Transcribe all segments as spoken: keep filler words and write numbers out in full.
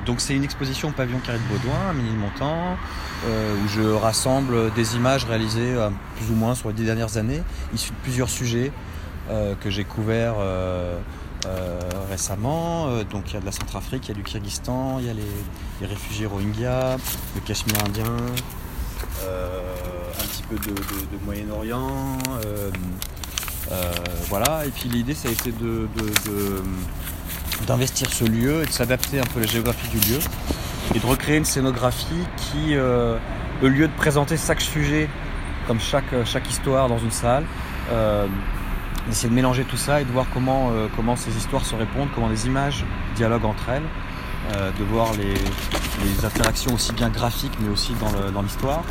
donc c'est une exposition au pavillon Carré de Baudouin, à Ménilmontant, euh, où je rassemble des images réalisées euh, plus ou moins sur les dix dernières années, issues de plusieurs sujets euh, que j'ai couverts euh, euh, récemment. Euh, donc il y a de la Centrafrique, il y a du Kyrgyzstan, il y a les, les réfugiés Rohingyas, le Cachemire indien, euh, un petit peu de, de, de Moyen-Orient. Euh, euh, voilà, et puis l'idée ça a été de, de, de d'investir ce lieu et de s'adapter un peu à la géographie du lieu et de recréer une scénographie qui, euh, au lieu de présenter chaque sujet comme chaque, chaque histoire dans une salle, euh, d'essayer de mélanger tout ça et de voir comment, euh, comment ces histoires se répondent, comment les images dialoguent entre elles, euh, de voir les, les interactions aussi bien graphiques mais aussi dans, le, dans l'histoire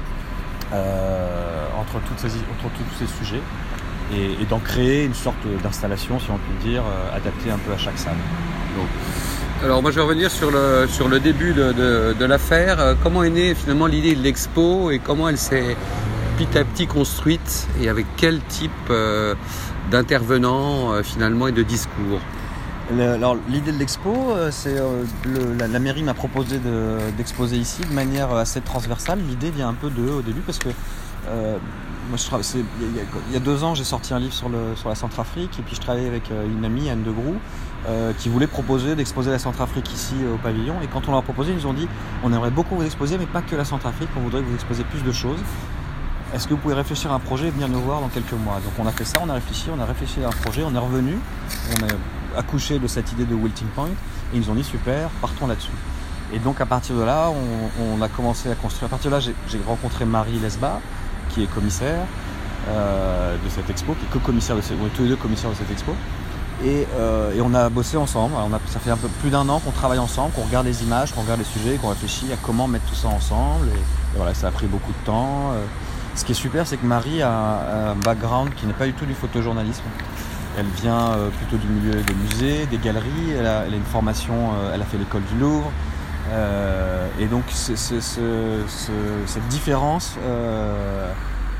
euh, entre, toutes ces, entre tous ces sujets. Et, et d'en créer une sorte d'installation, si on peut dire, euh, adaptée un peu à chaque salle. Donc. Alors moi je vais revenir sur le, sur le début de, de, de l'affaire. Euh, comment est née finalement l'idée de l'expo et comment elle s'est petit à petit construite et avec quel type euh, d'intervenants euh, finalement et de discours? Le, alors l'idée de l'expo, euh, c'est euh, le, la, la mairie m'a proposé de, d'exposer ici de manière assez transversale. L'idée vient un peu d'eux au début parce que euh, moi, je travaille, c'est, il, y a, il y a deux ans, j'ai sorti un livre sur, le, sur la Centrafrique et puis je travaillais avec une amie, Anne de Groux, euh, qui voulait proposer d'exposer la Centrafrique ici euh, au pavillon. Et quand on leur a proposé, ils nous ont dit on aimerait beaucoup vous exposer, mais pas que la Centrafrique, on voudrait que vous exposiez plus de choses. Est-ce que vous pouvez réfléchir à un projet et venir nous voir dans quelques mois? Donc on a fait ça, on a réfléchi, on a réfléchi à un projet, on est revenu, on a accouché de cette idée de Wilting Point et ils nous ont dit super, partons là-dessus. Et donc à partir de là, on, on a commencé à construire. À partir de là, j'ai, j'ai rencontré Marie Lesba, qui est commissaire euh, de cette expo, qui est co-commissaire de cette, on est tous les deux commissaires de cette expo. Et, euh, et on a bossé ensemble. Alors on a, ça fait un peu plus d'un an qu'on travaille ensemble, qu'on regarde les images, qu'on regarde les sujets, qu'on réfléchit à comment mettre tout ça ensemble. Et, et voilà, ça a pris beaucoup de temps. Euh, ce qui est super, c'est que Marie a un background qui n'est pas du tout du photojournalisme. Elle vient euh, plutôt du milieu des musées, des galeries. Elle a, elle a une formation, euh, elle a fait l'école du Louvre. Euh, et donc c'est, c'est, c'est, c'est, cette différence euh,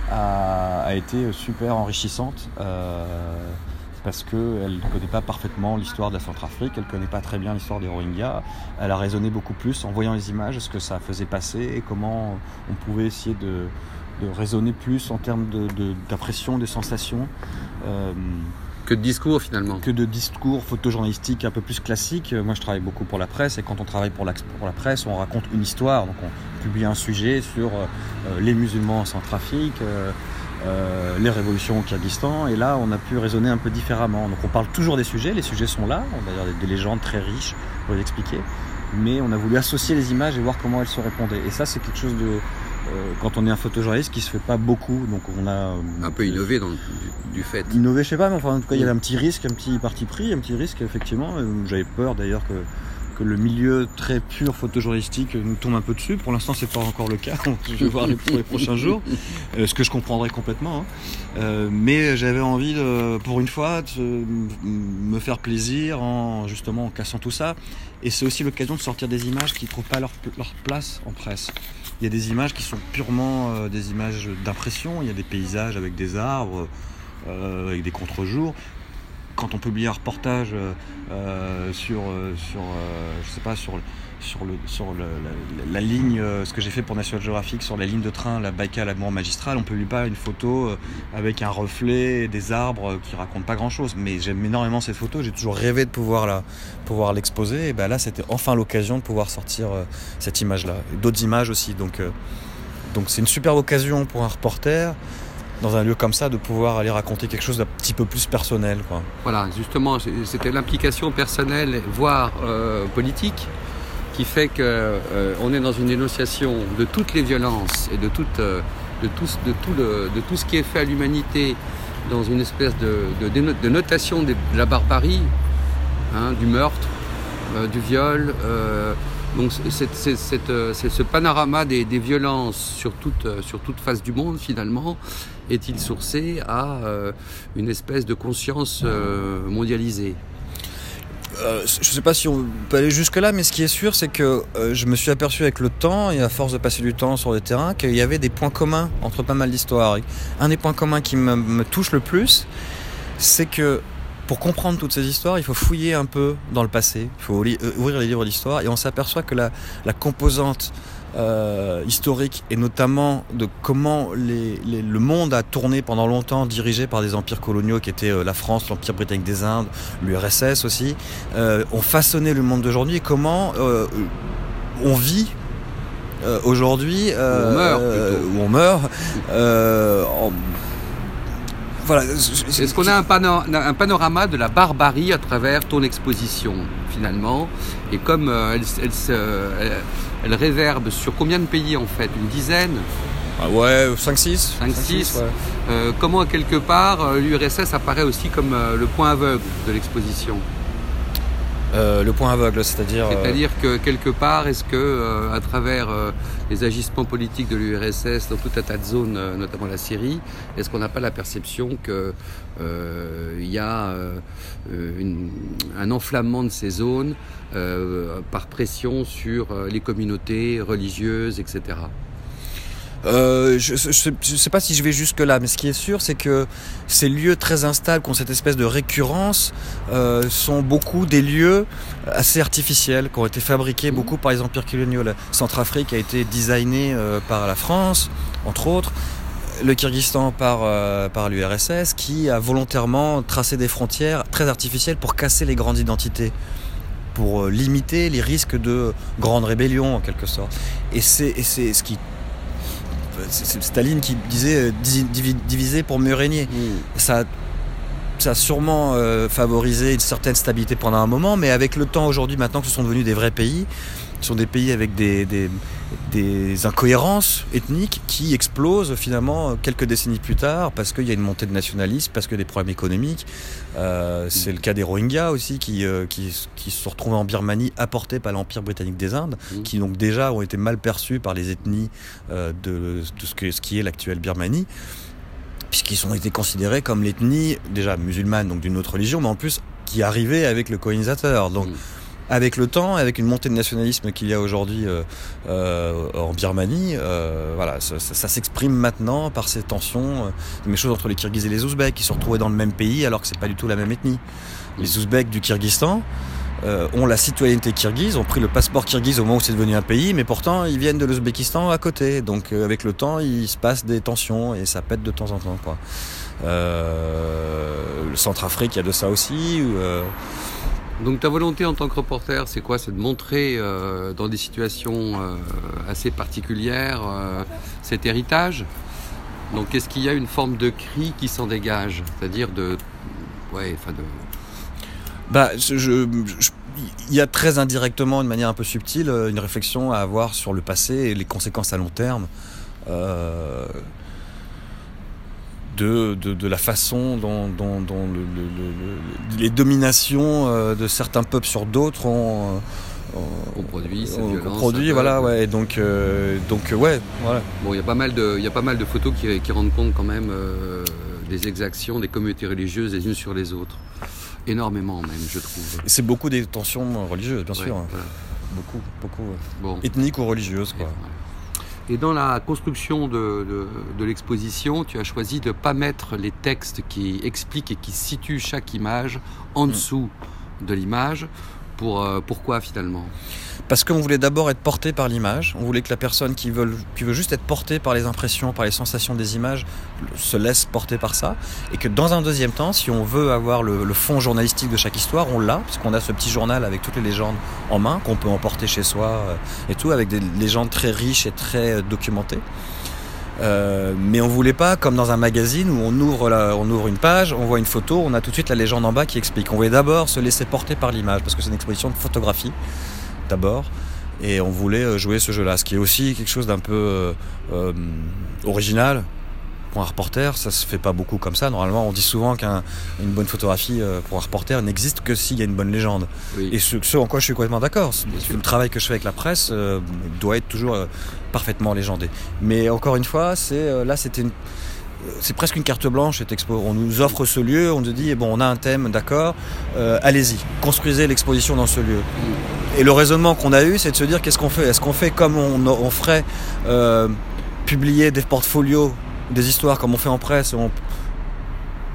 a, a été super enrichissante euh, parce qu'elle ne connaît pas parfaitement l'histoire de la Centrafrique, elle ne connaît pas très bien l'histoire des Rohingyas. Elle a raisonné beaucoup plus en voyant les images, ce que ça faisait passer et comment on pouvait essayer de, de raisonner plus en termes de, de, d'impression, de sensations. Euh, Que de discours finalement. Que de discours photojournalistiques un peu plus classiques. Moi je travaille beaucoup pour la presse et quand on travaille pour la, pour la presse on raconte une histoire. Donc on publie un sujet sur euh, les musulmans en Centrafrique, euh, euh, les révolutions au Kyrgyzstan et là on a pu raisonner un peu différemment. Donc on parle toujours des sujets, les sujets sont là, on a d'ailleurs des, des légendes très riches pour les expliquer, mais on a voulu associer les images et voir comment elles se répondaient. Et ça c'est quelque chose de... Euh, quand on est un photojournaliste qui se fait pas beaucoup, donc on a euh, un peu innové dans le, du, du fait. Innové, je sais pas, mais enfin en tout cas il y avait un petit risque, un petit parti pris, un petit risque effectivement. J'avais peur d'ailleurs que que le milieu très pur photojournalistique nous tombe un peu dessus. Pour l'instant c'est pas encore le cas. Je vais voir les, pour les prochains jours, euh, ce que je comprendrai complètement. Hein. Euh, mais j'avais envie de, pour une fois, de me faire plaisir en justement en cassant tout ça. Et c'est aussi l'occasion de sortir des images qui ne trouvent pas leur, leur place en presse. Il y a des images qui sont purement euh, des images d'impression. Il y a des paysages avec des arbres, euh, avec des contre-jours. Quand on publie un reportage euh, sur, sur, euh, je sais pas, sur, sur, le, sur le, la, la ligne, euh, ce que j'ai fait pour National Geographic, sur la ligne de train, la Baïkal à Magistral, on ne publie pas une photo euh, avec un reflet, des arbres euh, qui racontent pas grand-chose. Mais j'aime énormément cette photo. J'ai toujours rêvé de pouvoir, la, pouvoir l'exposer. Et ben là, c'était enfin l'occasion de pouvoir sortir euh, cette image-là. Et d'autres images aussi. Donc, euh, donc c'est une superbe occasion pour un reporter, dans un lieu comme ça, de pouvoir aller raconter quelque chose d'un petit peu plus personnel, quoi. Voilà, justement, c'était l'implication personnelle, voire euh, politique, qui fait qu'on euh, est dans une dénonciation de toutes les violences et de, toute, euh, de, tout, de, tout le, de tout ce qui est fait à l'humanité, dans une espèce de, de, de notation de la barbarie, hein, du meurtre, euh, du viol. Euh, donc c'est, c'est, c'est, c'est ce panorama des, des violences sur toute, sur toute face du monde, finalement, est-il sourcé à euh, une espèce de conscience euh, mondialisée? Euh, je ne sais pas si on peut aller jusque-là, mais ce qui est sûr, c'est que euh, je me suis aperçu avec le temps, et à force de passer du temps sur le terrain, qu'il y avait des points communs entre pas mal d'histoires. Un des points communs qui me, me touche le plus, c'est que pour comprendre toutes ces histoires, il faut fouiller un peu dans le passé, il faut li- euh, ouvrir les livres d'histoire, et on s'aperçoit que la, la composante euh, historique, et notamment de comment les, les, le monde a tourné pendant longtemps, dirigé par des empires coloniaux qui étaient euh, la France, l'Empire britannique des Indes, l'U R S S aussi, euh, ont façonné le monde d'aujourd'hui, et comment euh, on vit euh, aujourd'hui, euh, où on meurt, euh, où on meurt euh, en, Voilà. Est-ce qu'on a un, pano- un panorama de la barbarie à travers ton exposition, finalement? Et comme euh, elle, elle, elle, elle réverbe sur combien de pays, en fait? Une dizaine? Ah ouais, cinq six. cinq six. Ouais. Euh, comment, quelque part, l'U R S S apparaît aussi comme euh, le point aveugle de l'exposition? Euh, le point aveugle, c'est-à-dire... C'est-à-dire que, quelque part, est-ce que, euh, à travers euh, les agissements politiques de l'U R S S dans tout un tas de zones, euh, notamment la Syrie, est-ce qu'on n'a pas la perception qu'il euh, y a euh, une, un enflammement de ces zones euh, par pression sur euh, les communautés religieuses, et cetera? Euh, je ne sais pas si je vais jusque là, mais ce qui est sûr, c'est que ces lieux très instables, qui ont cette espèce de récurrence, euh, sont beaucoup des lieux assez artificiels, qui ont été fabriqués mmh. beaucoup par les empires coloniaux. La Centrafrique a été designée euh, par la France, entre autres. Le Kyrgyzstan par, euh, par l'U R S S, qui a volontairement tracé des frontières très artificielles pour casser les grandes identités, pour limiter les risques de grandes rébellions, en quelque sorte. Et c'est, et c'est ce qui... C'est Staline qui disait diviser pour mieux régner. Mmh. Ça, ça a sûrement euh, favorisé une certaine stabilité pendant un moment, mais avec le temps aujourd'hui, maintenant que ce sont devenus des vrais pays, ce sont des pays avec des, des, des incohérences ethniques qui explosent finalement quelques décennies plus tard parce qu'il y a une montée de nationalisme, parce qu'il y a des problèmes économiques. Euh, mmh. C'est le cas des Rohingyas aussi qui, euh, qui, qui se sont retrouvés en Birmanie apportés par l'Empire britannique des Indes, mmh. qui donc déjà ont été mal perçus par les ethnies euh, de, de ce, que, ce qui est l'actuelle Birmanie, puisqu'ils ont été considérés comme l'ethnie déjà musulmane, donc d'une autre religion, mais en plus qui arrivait avec le colonisateur. Donc mmh. avec le temps, avec une montée de nationalisme qu'il y a aujourd'hui euh, euh, en Birmanie, euh, voilà, ça, ça, ça s'exprime maintenant par ces tensions, euh, les choses entre les Kirghizes et les Ouzbeks qui se sont retrouvés dans le même pays alors que c'est pas du tout la même ethnie. Les Ouzbeks du Kyrgyzstan euh, ont la citoyenneté kirghize, ont pris le passeport kirghize au moment où c'est devenu un pays, mais pourtant ils viennent de l'Ouzbékistan à côté. Donc euh, avec le temps, il se passe des tensions et ça pète de temps en temps, quoi. Euh, le Centrafrique, il y a de ça aussi. Euh, Donc ta volonté en tant que reporter, c'est quoi? C'est de montrer euh, dans des situations euh, assez particulières euh, cet héritage. Donc est-ce qu'il y a une forme de cri qui s'en dégage? C'est-à-dire de... Ouais, enfin de... Bah, je, je, je, il y a très indirectement, de manière un peu subtile, une réflexion à avoir sur le passé et les conséquences à long terme euh, de, de, de la façon dont, dont, dont le, le, le, les dominations euh, de certains peuples sur d'autres ont... Euh, on produit cette on, violence. On produit, voilà, ouais. Donc, euh, donc, ouais, voilà. Bon, il y a pas mal de, il y a pas mal de photos qui, qui rendent compte quand même euh, des exactions des communautés religieuses les unes sur les autres. Énormément même, je trouve. C'est beaucoup des tensions religieuses, bien ouais, sûr. Voilà. Beaucoup, beaucoup. Ouais. Bon. Ethniques ou religieuses, quoi. Et, Et dans la construction de, de, de l'exposition, tu as choisi de ne pas mettre les textes qui expliquent et qui situent chaque image en dessous mmh. de l'image. Pour, euh, pourquoi finalement ? Parce qu'on voulait d'abord être porté par l'image. On voulait que la personne qui veut, qui veut juste être portée par les impressions, par les sensations des images, se laisse porter par ça. Et que dans un deuxième temps, si on veut avoir le, le fond journalistique de chaque histoire, on l'a, parce qu'on a ce petit journal avec toutes les légendes en main, qu'on peut emporter chez soi euh, et tout, avec des légendes très riches et très euh, documentées. Euh, mais on voulait pas, comme dans un magazine où on ouvre, la, on ouvre une page, on voit une photo, on a tout de suite la légende en bas qui explique. On voulait d'abord se laisser porter par l'image, parce que c'est une exposition de photographie, d'abord, et on voulait jouer ce jeu-là, ce qui est aussi quelque chose d'un peu euh, euh, original. Pour un reporter, ça se fait pas beaucoup comme ça. Normalement, on dit souvent qu'une bonne photographie euh, pour un reporter n'existe que s'il y a une bonne légende. Oui. Et ce, ce en quoi je suis complètement d'accord. Le travail que je fais avec la presse euh, doit être toujours euh, parfaitement légendé. Mais encore une fois, c'est euh, là, c'était une, c'est presque une carte blanche cette expo. On nous offre ce lieu, on nous dit bon, on a un thème, d'accord, euh, allez-y, construisez l'exposition dans ce lieu. Et le raisonnement qu'on a eu, c'est de se dire qu'est-ce qu'on fait ? Est-ce qu'on fait comme on, on ferait euh, publier des portfolios, des histoires comme on fait en presse, on,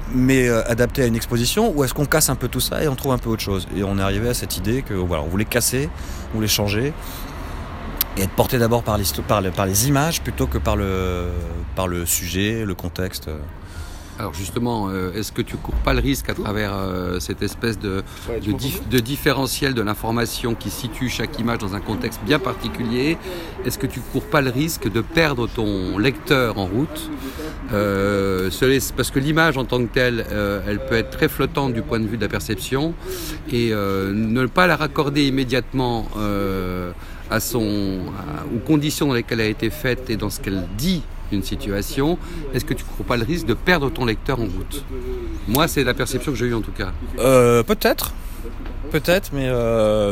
mais euh, adapté à une exposition, ou est-ce qu'on casse un peu tout ça et on trouve un peu autre chose? Et on est arrivé à cette idée que voilà, on voulait casser, on voulait changer et être porté d'abord par, par, le, par les images plutôt que par le, par le sujet, le contexte. Alors justement, euh, est-ce que tu cours pas le risque à travers euh, cette espèce de, de, dif, de différentiel de l'information qui situe chaque image dans un contexte bien particulier? Est-ce que tu cours pas le risque de perdre ton lecteur en route euh, parce que l'image en tant que telle, euh, elle peut être très flottante du point de vue de la perception, et euh, ne pas la raccorder immédiatement euh, à son, à, aux conditions dans lesquelles elle a été faite et dans ce qu'elle dit d'une situation, est-ce que tu ne cours pas le risque de perdre ton lecteur en route? Moi, c'est la perception que j'ai eue en tout cas. Euh, peut-être, peut-être, mais... Euh...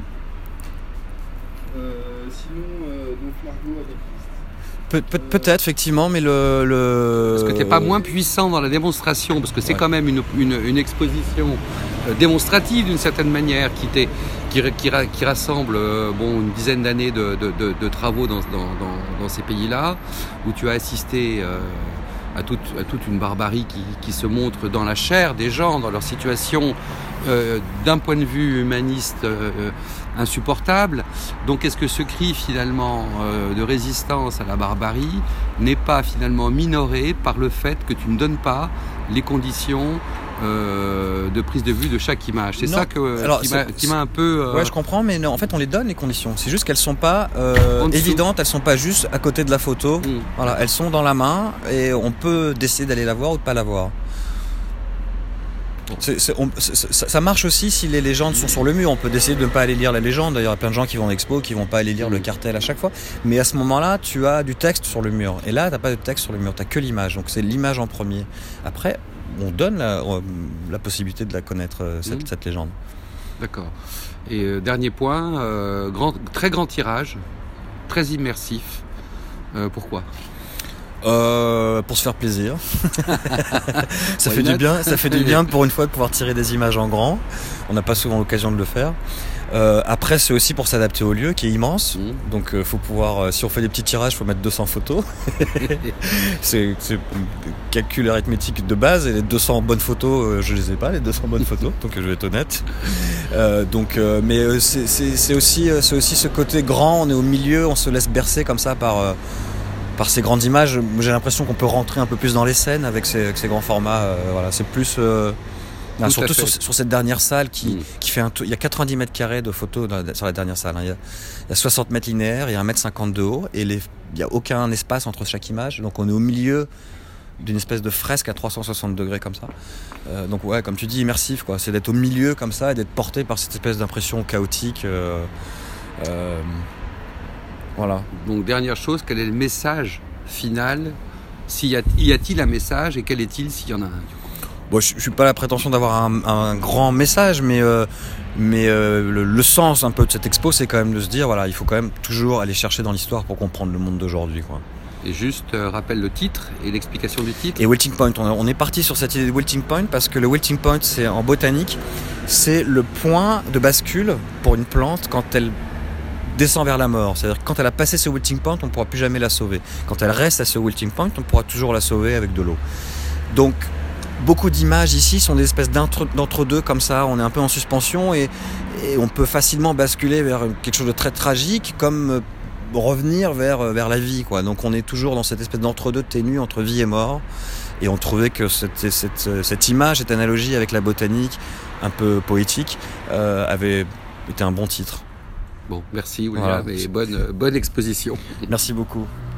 Euh, sinon, euh, donc Margot avec Pe- pe- peut-être, effectivement, mais le... le... Est-ce que tu n'es pas moins puissant dans la démonstration? Parce que c'est ouais. quand même une, une, une exposition euh, démonstrative d'une certaine manière qui, t'est, qui, qui, qui rassemble euh, bon, une dizaine d'années de, de, de, de travaux dans, dans, dans, dans ces pays-là, où tu as assisté euh, à, toute, à toute une barbarie qui, qui se montre dans la chair des gens, dans leur situation euh, d'un point de vue humaniste euh, insupportable. Donc est-ce que ce cri finalement euh, de résistance à la barbarie n'est pas finalement minoré par le fait que tu ne donnes pas les conditions euh, de prise de vue de chaque image? C'est non. ça que, Alors, qui, c'est, m'a, qui m'a un peu... Euh... Ouais, je comprends, mais non, en fait on les donne les conditions. C'est juste qu'elles sont pas euh, évidentes, elles sont pas juste à côté de la photo. Mmh. Voilà, elles sont dans la main et on peut décider d'aller la voir ou de pas la voir. C'est, c'est, on, c'est, ça, ça marche aussi si les légendes sont sur le mur. On peut décider de ne pas aller lire la légende. D'ailleurs, il y a plein de gens qui vont en expo qui vont pas aller lire le cartel à chaque fois. Mais à ce moment-là, tu as du texte sur le mur. Et là, tu n'as pas de texte sur le mur, tu n'as que l'image. Donc c'est l'image en premier. Après, on donne la, la possibilité de la connaître, cette, mmh. cette légende. D'accord. Et euh, dernier point, euh, grand, très grand tirage, très immersif. Euh, pourquoi ? Euh, pour se faire plaisir. ça fait du bien, ça fait du bien pour une fois de pouvoir tirer des images en grand. On n'a pas souvent l'occasion de le faire. Euh, après, c'est aussi pour s'adapter au lieu qui est immense. Mmh. Donc, euh, faut pouvoir. Euh, si on fait des petits tirages, faut mettre deux cents photos. c'est, c'est calcul arithmétique de base. Et les deux cents bonnes photos, euh, je les ai pas les deux cents bonnes photos. Donc, je vais être honnête. Euh, donc, euh, mais euh, c'est, c'est, c'est aussi, euh, c'est aussi ce côté grand. On est au milieu, on se laisse bercer comme ça par. Euh, Par ces grandes images, j'ai l'impression qu'on peut rentrer un peu plus dans les scènes avec ces, avec ces grands formats. Euh, voilà, c'est plus, euh, non, surtout sur, sur cette dernière salle qui, mmh. qui fait un tour. Il y a quatre-vingt-dix mètres carrés de photos dans la, sur la dernière salle. Hein. Il, y a, il y a soixante mètres linéaires, il y a un mètre cinquante de haut et les, il n'y a aucun espace entre chaque image. Donc on est au milieu d'une espèce de fresque à trois cent soixante degrés comme ça. Euh, donc ouais, comme tu dis, immersif, quoi. C'est d'être au milieu comme ça et d'être porté par cette espèce d'impression chaotique. Euh, euh, Voilà. Donc dernière chose, quel est le message final? S'il y, a, y a-t-il un message et quel est-il s'il y en a un? Bon, je n'ai pas la prétention d'avoir un, un grand message, mais, euh, mais euh, le, le sens un peu de cette expo, c'est quand même de se dire, voilà, il faut quand même toujours aller chercher dans l'histoire pour comprendre le monde d'aujourd'hui, quoi. Et juste euh, rappelle le titre et l'explication du titre. Et Wilting Point, on, on est parti sur cette idée de Wilting Point parce que le Wilting Point, c'est en botanique, c'est le point de bascule pour une plante quand elle descend vers la mort. C'est-à-dire que quand elle a passé ce wilting point, on ne pourra plus jamais la sauver. Quand elle reste à ce wilting point, on pourra toujours la sauver avec de l'eau. Donc, beaucoup d'images ici sont des espèces d'entre, d'entre-deux comme ça. On est un peu en suspension et, et on peut facilement basculer vers quelque chose de très tragique, comme revenir vers, vers la vie, quoi. Donc, on est toujours dans cette espèce d'entre-deux ténu entre vie et mort. Et on trouvait que cette, cette, cette image, cette analogie avec la botanique, un peu poétique, euh, avait été un bon titre. Bon, merci William, voilà. Et bonne, bonne exposition. Merci beaucoup.